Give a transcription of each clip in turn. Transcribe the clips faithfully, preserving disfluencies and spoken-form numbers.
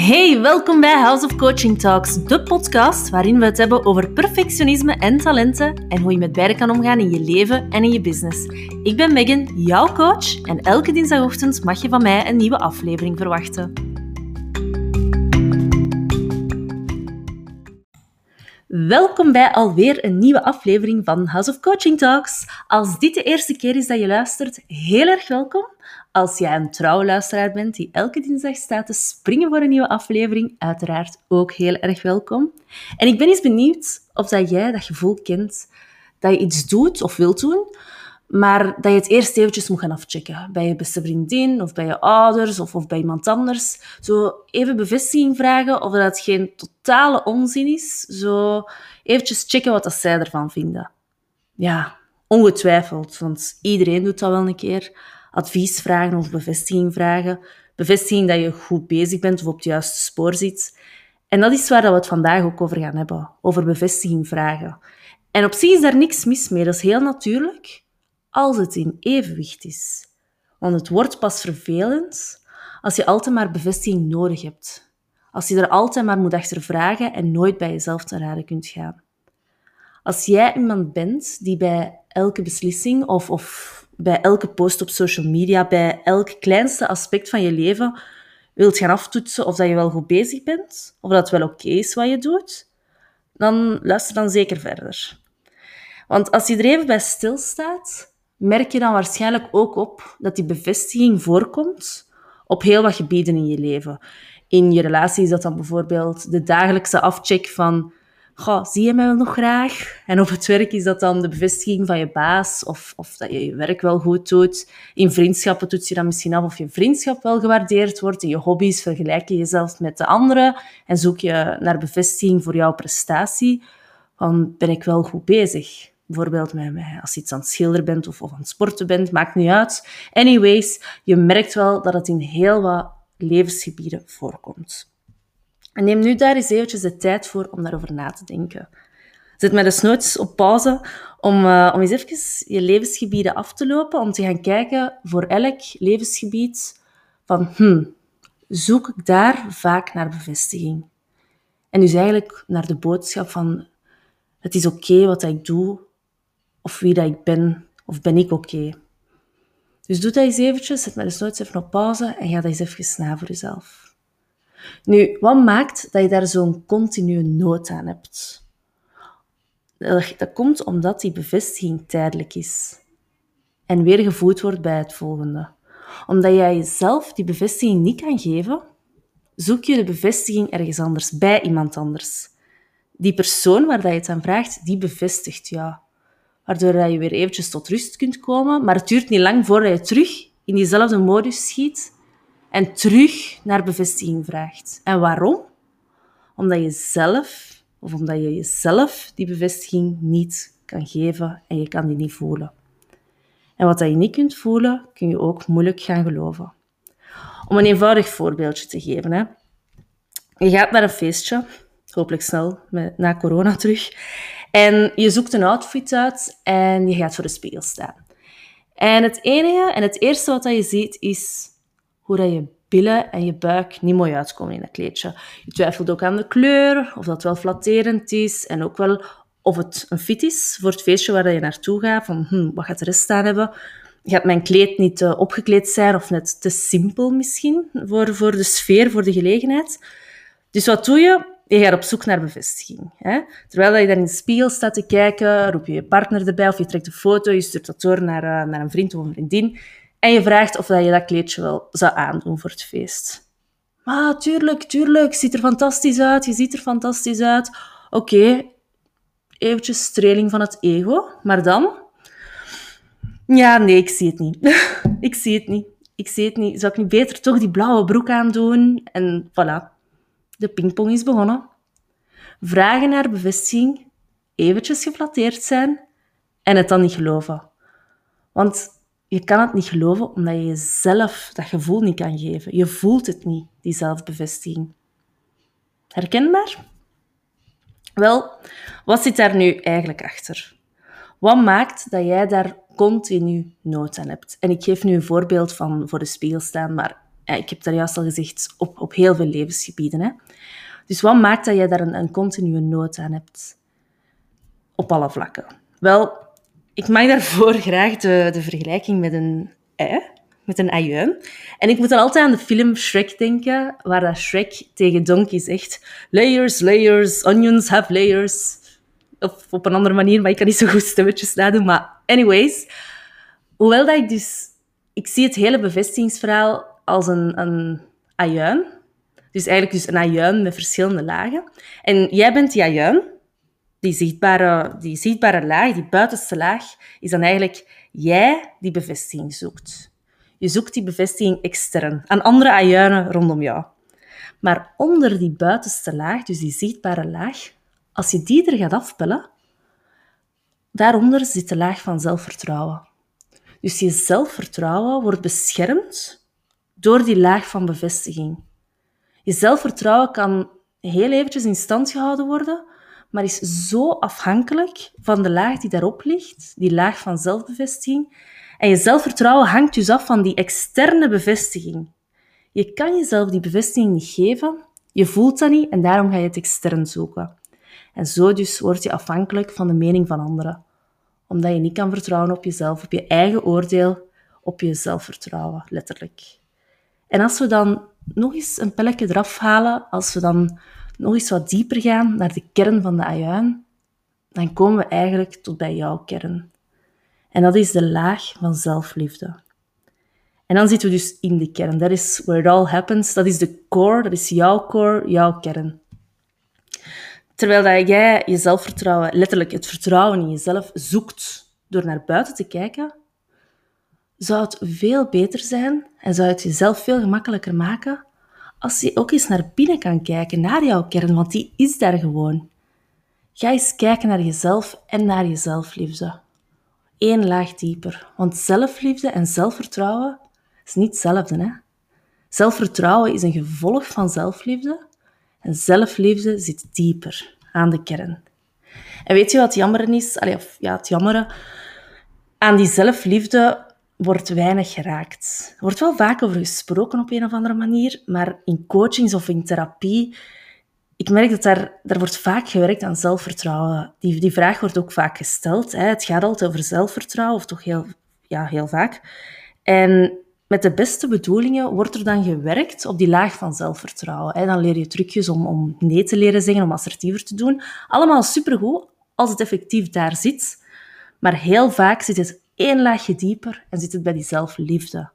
Hey, welkom bij House of Coaching Talks, de podcast waarin we het hebben over perfectionisme en talenten en hoe je met beide kan omgaan in je leven en in je business. Ik ben Megan, jouw coach, en elke dinsdagochtend mag je van mij een nieuwe aflevering verwachten. Welkom bij alweer een nieuwe aflevering van House of Coaching Talks. Als dit de eerste keer is dat je luistert, heel erg welkom. Als jij een trouwe luisteraar bent die elke dinsdag staat te springen voor een nieuwe aflevering, uiteraard ook heel erg welkom. En ik ben eens benieuwd of dat jij dat gevoel kent dat je iets doet of wilt doen, maar dat je het eerst eventjes moet gaan afchecken. Bij je beste vriendin, of bij je ouders, of, of bij iemand anders. Zo even bevestiging vragen of dat geen totale onzin is. Zo eventjes checken wat dat zij ervan vinden. Ja, ongetwijfeld, want iedereen doet dat wel een keer. Advies vragen of bevestiging vragen. Bevestiging dat je goed bezig bent of op het juiste spoor zit. En dat is waar we het vandaag ook over gaan hebben. Over bevestiging vragen. En op zich is daar niks mis mee. Dat is heel natuurlijk, als het in evenwicht is. Want het wordt pas vervelend als je altijd maar bevestiging nodig hebt. Als je er altijd maar moet achter vragen en nooit bij jezelf te raden kunt gaan. Als jij iemand bent die bij elke beslissing of, of bij elke post op social media, bij elk kleinste aspect van je leven wilt gaan aftoetsen of dat je wel goed bezig bent, of dat het wel oké is wat je doet, dan luister dan zeker verder. Want als je er even bij stilstaat, merk je dan waarschijnlijk ook op dat die bevestiging voorkomt op heel wat gebieden in je leven. In je relatie is dat dan bijvoorbeeld de dagelijkse afcheck van goh, zie je mij wel nog graag? En op het werk is dat dan de bevestiging van je baas of, of dat je je werk wel goed doet. In vriendschappen toets je dan misschien af of je vriendschap wel gewaardeerd wordt. In je hobby's vergelijk je jezelf met de anderen en zoek je naar bevestiging voor jouw prestatie. Van, ben ik wel goed bezig? Bijvoorbeeld met, met, als je iets aan het schilderen bent of, of aan het sporten bent, maakt niet uit. Anyways, je merkt wel dat het in heel wat levensgebieden voorkomt. En neem nu daar eens eventjes de tijd voor om daarover na te denken. Zet mij dus nooit op pauze om, uh, om eens even je levensgebieden af te lopen, om te gaan kijken voor elk levensgebied van, hmm, zoek ik daar vaak naar bevestiging? En dus eigenlijk naar de boodschap van, het is oké wat ik doe, of wie dat ik ben, of ben ik oké? Dus doe dat eens eventjes, zet mij dus nooit even op pauze en ga dat eens even na voor jezelf. Nu, wat maakt dat je daar zo'n continue nood aan hebt? Dat komt omdat die bevestiging tijdelijk is. En weer gevoed wordt bij het volgende. Omdat jij jezelf die bevestiging niet kan geven, zoek je de bevestiging ergens anders, bij iemand anders. Die persoon waar je het aan vraagt, die bevestigt jou. Waardoor je weer eventjes tot rust kunt komen, maar het duurt niet lang voordat je terug in diezelfde modus schiet en terug naar bevestiging vraagt. En waarom? Omdat je zelf, of omdat je jezelf die bevestiging niet kan geven en je kan die niet voelen. En wat je niet kunt voelen, kun je ook moeilijk gaan geloven. Om een eenvoudig voorbeeldje te geven. Hè. Je gaat naar een feestje, hopelijk snel, met, na corona terug, en je zoekt een outfit uit en je gaat voor de spiegel staan. En het enige en het eerste wat je ziet is hoe dat je billen en je buik niet mooi uitkomen in dat kleedje. Je twijfelt ook aan de kleur, of dat wel flatterend is en ook wel of het een fit is voor het feestje waar je naartoe gaat. Van, hm, wat gaat de rest aan hebben? Gaat mijn kleed niet uh, opgekleed zijn of net te simpel misschien voor, voor de sfeer, voor de gelegenheid? Dus wat doe je? Je gaat op zoek naar bevestiging. Hè? Terwijl je daar in de spiegel staat te kijken, roep je je partner erbij of je trekt een foto, je stuurt dat door naar, uh, naar een vriend of een vriendin. En je vraagt of je dat kleedje wel zou aandoen voor het feest. Ah, tuurlijk, tuurlijk. Ziet er fantastisch uit. Je ziet er fantastisch uit. Oké, okay, eventjes streling van het ego. Maar dan? Ja, nee, ik zie het niet. ik zie het niet. Ik zie het niet. Zou ik niet beter toch die blauwe broek aandoen? En voilà. De pingpong is begonnen. Vragen naar bevestiging. Eventjes geflatteerd zijn. En het dan niet geloven. Want je kan het niet geloven omdat je jezelf dat gevoel niet kan geven. Je voelt het niet, die zelfbevestiging. Herkenbaar? Wel, wat zit daar nu eigenlijk achter? Wat maakt dat jij daar continu nood aan hebt? En ik geef nu een voorbeeld van voor de spiegel staan, maar Ja, ik heb daar juist al gezegd, op, op heel veel levensgebieden. Hè. Dus wat maakt dat jij daar een, een continue nood aan hebt? Op alle vlakken. Wel, ik maak daarvoor graag de, de vergelijking met een ui, met een ajuin. En ik moet dan altijd aan de film Shrek denken, waar dat Shrek tegen Donkey zegt layers, layers, onions have layers. Of op een andere manier, maar ik kan niet zo goed stemmetjes nadoen. Maar anyways, hoewel dat ik dus... Ik zie het hele bevestigingsverhaal als een, een ajuin. Dus eigenlijk dus een ajuin met verschillende lagen. En jij bent die ajuin. Die zichtbare, die zichtbare laag, die buitenste laag, is dan eigenlijk jij die bevestiging zoekt. Je zoekt die bevestiging extern, aan andere ajuinen rondom jou. Maar onder die buitenste laag, dus die zichtbare laag, als je die er gaat afpellen, daaronder zit de laag van zelfvertrouwen. Dus je zelfvertrouwen wordt beschermd door die laag van bevestiging. Je zelfvertrouwen kan heel eventjes in stand gehouden worden, maar is zo afhankelijk van de laag die daarop ligt, die laag van zelfbevestiging. En je zelfvertrouwen hangt dus af van die externe bevestiging. Je kan jezelf die bevestiging niet geven, je voelt dat niet en daarom ga je het extern zoeken. En zo dus word je afhankelijk van de mening van anderen. Omdat je niet kan vertrouwen op jezelf, op je eigen oordeel, op je zelfvertrouwen, letterlijk. En als we dan nog eens een pelletje eraf halen, als we dan nog eens wat dieper gaan naar de kern van de ajuin, dan komen we eigenlijk tot bij jouw kern. En dat is de laag van zelfliefde. En dan zitten we dus in de kern. Dat is where it all happens. Dat is de core, dat is jouw core, jouw kern. Terwijl dat jij je zelfvertrouwen, letterlijk het vertrouwen in jezelf, zoekt door naar buiten te kijken, zou het veel beter zijn en zou het jezelf veel gemakkelijker maken als je ook eens naar binnen kan kijken, naar jouw kern, want die is daar gewoon. Ga eens kijken naar jezelf en naar je zelfliefde. Eén laag dieper, want zelfliefde en zelfvertrouwen is niet hetzelfde, hè? Zelfvertrouwen is een gevolg van zelfliefde en zelfliefde zit dieper aan de kern. En weet je wat jammer is? Allee, of, ja, het jammere aan die zelfliefde wordt weinig geraakt. Er wordt wel vaak over gesproken op een of andere manier, maar in coachings of in therapie, ik merk dat daar, daar wordt vaak gewerkt aan zelfvertrouwen. Die, die vraag wordt ook vaak gesteld. Hè. Het gaat altijd over zelfvertrouwen, of toch heel, ja, heel vaak. En met de beste bedoelingen wordt er dan gewerkt op die laag van zelfvertrouwen. Hè. Dan leer je trucjes om, om nee te leren zeggen, om assertiever te doen. Allemaal supergoed, als het effectief daar zit. Maar heel vaak zit het één laagje dieper en zit het bij die zelfliefde.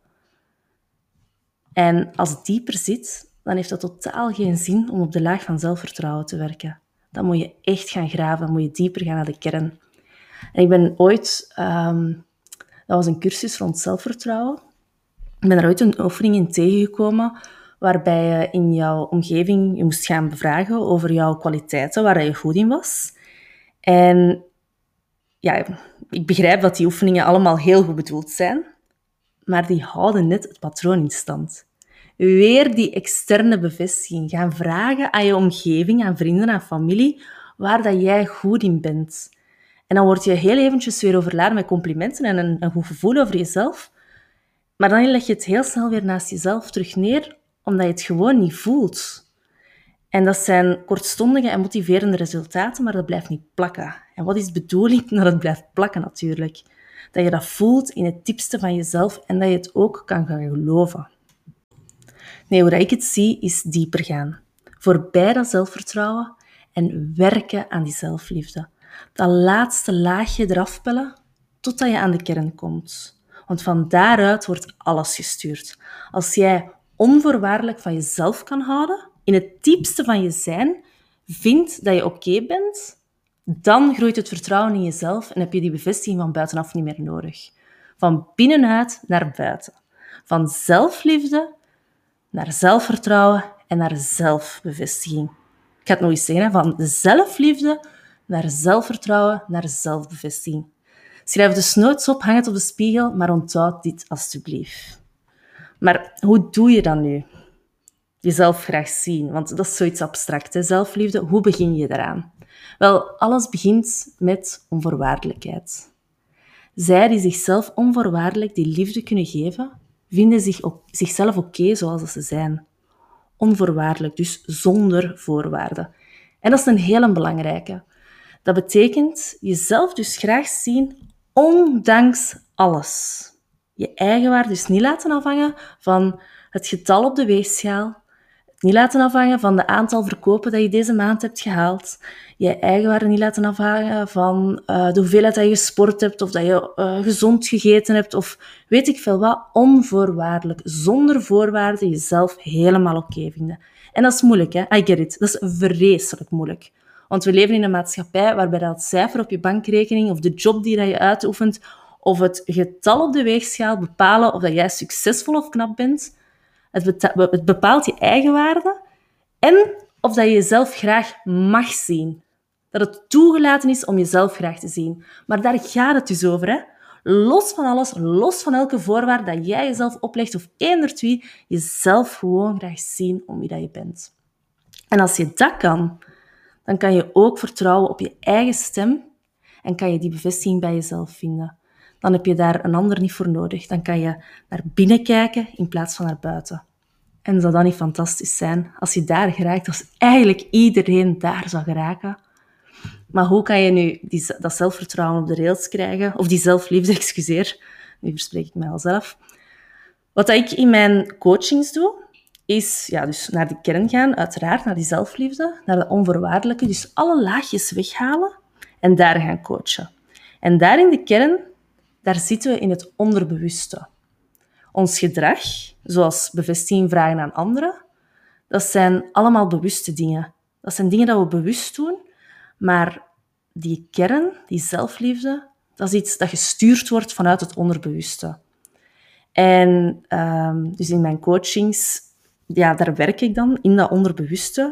En als het dieper zit, dan heeft dat totaal geen zin om op de laag van zelfvertrouwen te werken. Dan moet je echt gaan graven, dan moet je dieper gaan naar de kern. En ik ben ooit... Um, dat was een cursus rond zelfvertrouwen. Ik ben daar ooit een oefening in tegengekomen waarbij je in jouw omgeving je moest gaan bevragen over jouw kwaliteiten, waar je goed in was. En ja, ik begrijp dat die oefeningen allemaal heel goed bedoeld zijn, maar die houden net het patroon in stand. Weer die externe bevestiging. Gaan vragen aan je omgeving, aan vrienden, aan familie, waar dat jij goed in bent. En dan word je heel eventjes weer overladen met complimenten en een, een goed gevoel over jezelf. Maar dan leg je het heel snel weer naast jezelf terug neer, omdat je het gewoon niet voelt. En dat zijn kortstondige en motiverende resultaten, maar dat blijft niet plakken. En wat is de bedoeling? Dat het blijft plakken natuurlijk. Dat je dat voelt in het diepste van jezelf en dat je het ook kan gaan geloven. Nee, hoe ik het zie, is dieper gaan. Voorbij dat zelfvertrouwen en werken aan die zelfliefde. Dat laatste laagje eraf pellen, totdat je aan de kern komt. Want van daaruit wordt alles gestuurd. Als jij onvoorwaardelijk van jezelf kan houden, in het diepste van je zijn, vindt dat je oké bent, dan groeit het vertrouwen in jezelf en heb je die bevestiging van buitenaf niet meer nodig. Van binnenuit naar buiten. Van zelfliefde naar zelfvertrouwen en naar zelfbevestiging. Ik ga het nog eens zeggen, van zelfliefde naar zelfvertrouwen naar zelfbevestiging. Schrijf dus nooit op, hang het op de spiegel, maar onthoud dit alstublieft. Maar hoe doe je dat nu? Jezelf graag zien, want dat is zoiets abstract, hè? Zelfliefde. Hoe begin je daaraan? Wel, alles begint met onvoorwaardelijkheid. Zij die zichzelf onvoorwaardelijk die liefde kunnen geven, vinden zich op, zichzelf oké zoals ze zijn. Onvoorwaardelijk, dus zonder voorwaarden. En dat is een hele belangrijke. Dat betekent jezelf dus graag zien, ondanks alles. Je eigenwaarde dus niet laten afhangen van het getal op de weegschaal, niet laten afhangen van de aantal verkopen dat je deze maand hebt gehaald. Je eigenwaarde niet laten afhangen van uh, de hoeveelheid dat je gesport hebt of dat je uh, gezond gegeten hebt of weet ik veel wat. Onvoorwaardelijk, zonder voorwaarden jezelf helemaal oké vinden. En dat is moeilijk, hè? I get it. Dat is vreselijk moeilijk. Want we leven in een maatschappij waarbij dat cijfer op je bankrekening of de job die dat je uitoefent of het getal op de weegschaal bepalen of dat jij succesvol of knap bent. Het bepaalt je eigenwaarde en of dat je jezelf graag mag zien. Dat het toegelaten is om jezelf graag te zien. Maar daar gaat het dus over, hè? Los van alles, los van elke voorwaarde dat jij jezelf oplegt of eenderd wie, jezelf gewoon graag zien om wie dat je bent. En als je dat kan, dan kan je ook vertrouwen op je eigen stem en kan je die bevestiging bij jezelf vinden. Dan heb je daar een ander niet voor nodig. Dan kan je naar binnen kijken in plaats van naar buiten. En zou dat niet fantastisch zijn als je daar geraakt, als eigenlijk iedereen daar zou geraken? Maar hoe kan je nu die, dat zelfvertrouwen op de rails krijgen? Of die zelfliefde, excuseer. Nu verspreek ik mij al zelf. Wat ik in mijn coachings doe, is ja, dus naar die kern gaan, uiteraard, naar die zelfliefde, naar de onvoorwaardelijke. Dus alle laagjes weghalen en daar gaan coachen. En daar in de kern, daar zitten we in het onderbewuste. Ons gedrag, zoals bevestiging vragen aan anderen, dat zijn allemaal bewuste dingen. Dat zijn dingen dat we bewust doen, maar die kern, die zelfliefde, dat is iets dat gestuurd wordt vanuit het onderbewuste. En um, dus in mijn coachings, ja, daar werk ik dan in dat onderbewuste.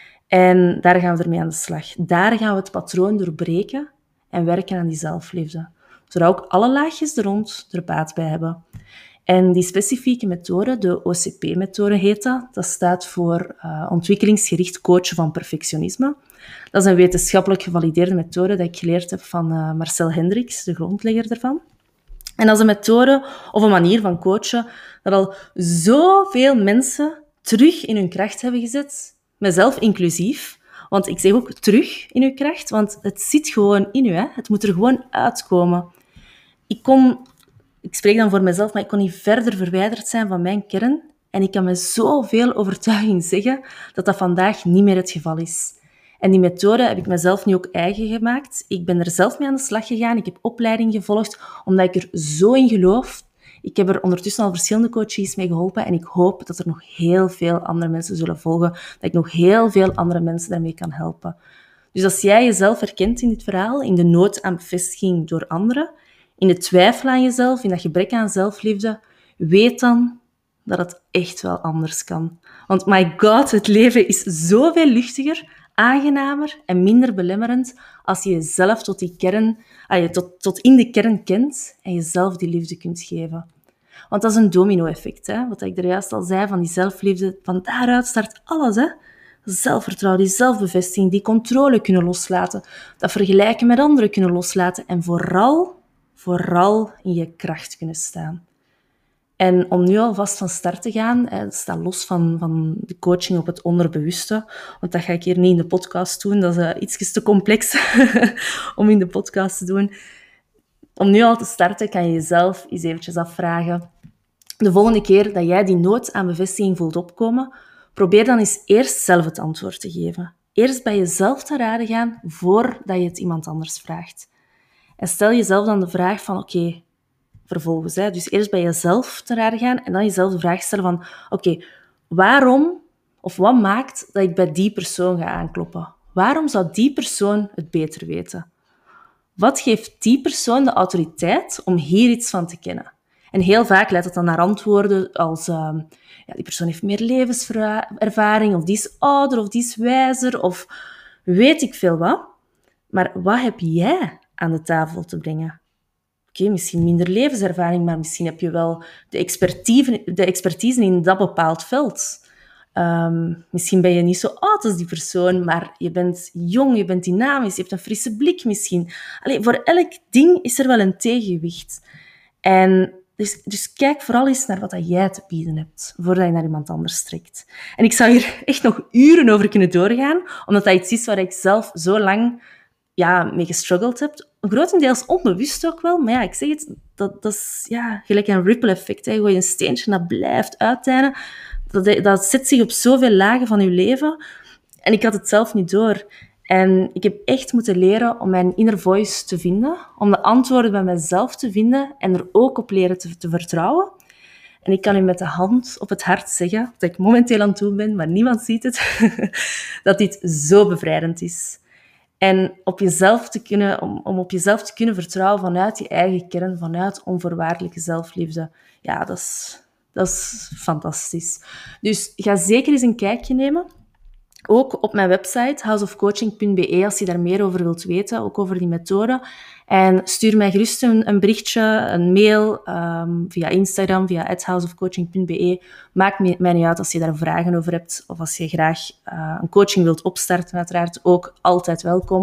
En daar gaan we ermee aan de slag. Daar gaan we het patroon doorbreken en werken aan die zelfliefde. Zodat ook alle laagjes er rond er baat bij hebben. En die specifieke methode, de O C P-methode heet dat, dat staat voor uh, ontwikkelingsgericht coachen van perfectionisme. Dat is een wetenschappelijk gevalideerde methode dat ik geleerd heb van uh, Marcel Hendricks, de grondlegger daarvan. En dat is een methode of een manier van coachen dat al zoveel mensen terug in hun kracht hebben gezet, mezelf inclusief. Want ik zeg ook terug in uw kracht, want het zit gewoon in u. Hè? Het moet er gewoon uitkomen. Ik kon... Ik spreek dan voor mezelf, maar ik kon niet verder verwijderd zijn van mijn kern. En ik kan met zoveel overtuiging zeggen dat dat vandaag niet meer het geval is. En die methode heb ik mezelf nu ook eigen gemaakt. Ik ben er zelf mee aan de slag gegaan. Ik heb opleiding gevolgd, omdat ik er zo in geloof. Ik heb er ondertussen al verschillende coaches mee geholpen. En ik hoop dat er nog heel veel andere mensen zullen volgen. Dat ik nog heel veel andere mensen daarmee kan helpen. Dus als jij jezelf herkent in dit verhaal, in de nood aan bevestiging door anderen, in de twijfel aan jezelf, in dat gebrek aan zelfliefde, weet dan dat het echt wel anders kan. Want my god, het leven is zoveel luchtiger, aangenamer en minder belemmerend als je jezelf tot die kern, ah, tot, tot in de kern kent en jezelf die liefde kunt geven. Want dat is een domino-effect, hè? Wat ik er juist al zei, van die zelfliefde. Van daaruit start alles, hè? Zelfvertrouwen, die zelfbevestiging, die controle kunnen loslaten, dat vergelijken met anderen kunnen loslaten en vooral... vooral in je kracht kunnen staan. En om nu alvast van start te gaan, dat staat los van, van de coaching op het onderbewuste, want dat ga ik hier niet in de podcast doen, dat is uh, iets te complex om in de podcast te doen. Om nu al te starten, kan je jezelf eens eventjes afvragen. De volgende keer dat jij die nood aan bevestiging voelt opkomen, probeer dan eens eerst zelf het antwoord te geven. Eerst bij jezelf te raden gaan, voordat je het iemand anders vraagt. En stel jezelf dan de vraag van, oké, okay, vervolgens, hè, dus eerst bij jezelf te raden gaan en dan jezelf de vraag stellen van, oké, okay, waarom of wat maakt dat ik bij die persoon ga aankloppen? Waarom zou die persoon het beter weten? Wat geeft die persoon de autoriteit om hier iets van te kennen? En heel vaak leidt dat dan naar antwoorden als, uh, ja, die persoon heeft meer levenservaring, of die is ouder, of die is wijzer, of weet ik veel wat. Maar wat heb jij aan de tafel te brengen? Oké, okay, misschien minder levenservaring, maar misschien heb je wel de expertise, de expertise in dat bepaald veld. Um, misschien ben je niet zo oud als die persoon, maar je bent jong, je bent dynamisch, je hebt een frisse blik misschien. Allee, voor elk ding is er wel een tegenwicht. En Dus, dus kijk vooral eens naar wat dat jij te bieden hebt, voordat je naar iemand anders trekt. En ik zou hier echt nog uren over kunnen doorgaan, omdat dat iets is waar ik zelf zo lang ja, mee gestruggeld heb. Grotendeels onbewust ook wel, maar ja, ik zeg het, dat, dat is ja, gelijk een ripple effect. Hè. Gooi een steentje, dat blijft uitdijnen. Dat, dat zet zich op zoveel lagen van je leven. En ik had het zelf niet door. En ik heb echt moeten leren om mijn inner voice te vinden, om de antwoorden bij mezelf te vinden en er ook op leren te, te vertrouwen. En ik kan u met de hand op het hart zeggen, dat ik momenteel aan het doen ben, maar niemand ziet het, dat dit zo bevrijdend is. En op jezelf te kunnen, om, om op jezelf te kunnen vertrouwen vanuit je eigen kern, vanuit onvoorwaardelijke zelfliefde, ja, dat is, dat is fantastisch. Dus ga zeker eens een kijkje nemen. Ook op mijn website, house of coaching punt b e, als je daar meer over wilt weten, ook over die methode. En stuur mij gerust een, een berichtje, een mail, um, via Instagram, via at house of coaching punt b e. Maakt mij niet uit als je daar vragen over hebt, of als je graag uh, een coaching wilt opstarten, uiteraard ook altijd welkom.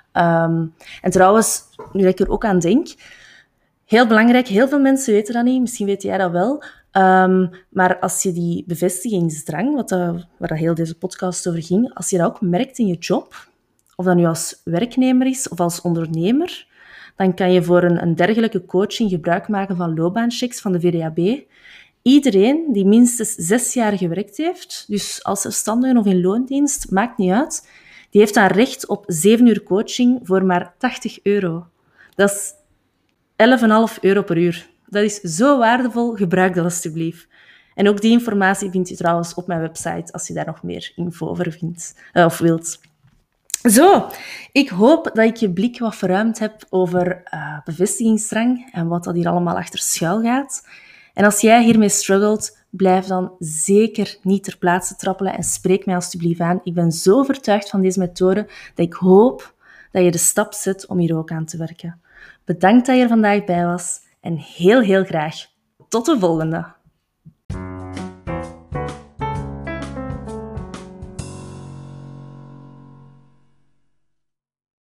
Um, en trouwens, nu dat ik er ook aan denk, heel belangrijk, heel veel mensen weten dat niet, misschien weet jij dat wel. Um, maar als je die bevestigingsdrang, wat dat, waar dat heel deze podcast over ging, als je dat ook merkt in je job, of dat nu als werknemer is of als ondernemer, dan kan je voor een, een dergelijke coaching gebruik maken van loopbaanchecks van de V D A B. Iedereen die minstens zes jaar gewerkt heeft, dus als zelfstandige of in loondienst, maakt niet uit, die heeft dan recht op zeven uur coaching voor maar tachtig euro. Dat is elf komma vijf euro per uur. Dat is zo waardevol, gebruik dat alstublieft. En ook die informatie vind je trouwens op mijn website, als je daar nog meer info over vindt, uh, of wilt. Zo, ik hoop dat ik je blik wat verruimd heb over uh, bevestigingsdrang en wat dat hier allemaal achter schuil gaat. En als jij hiermee struggelt, blijf dan zeker niet ter plaatse trappelen en spreek mij alstublieft aan. Ik ben zo overtuigd van deze methode dat ik hoop dat je de stap zet om hier ook aan te werken. Bedankt dat je er vandaag bij was en heel, heel graag tot de volgende.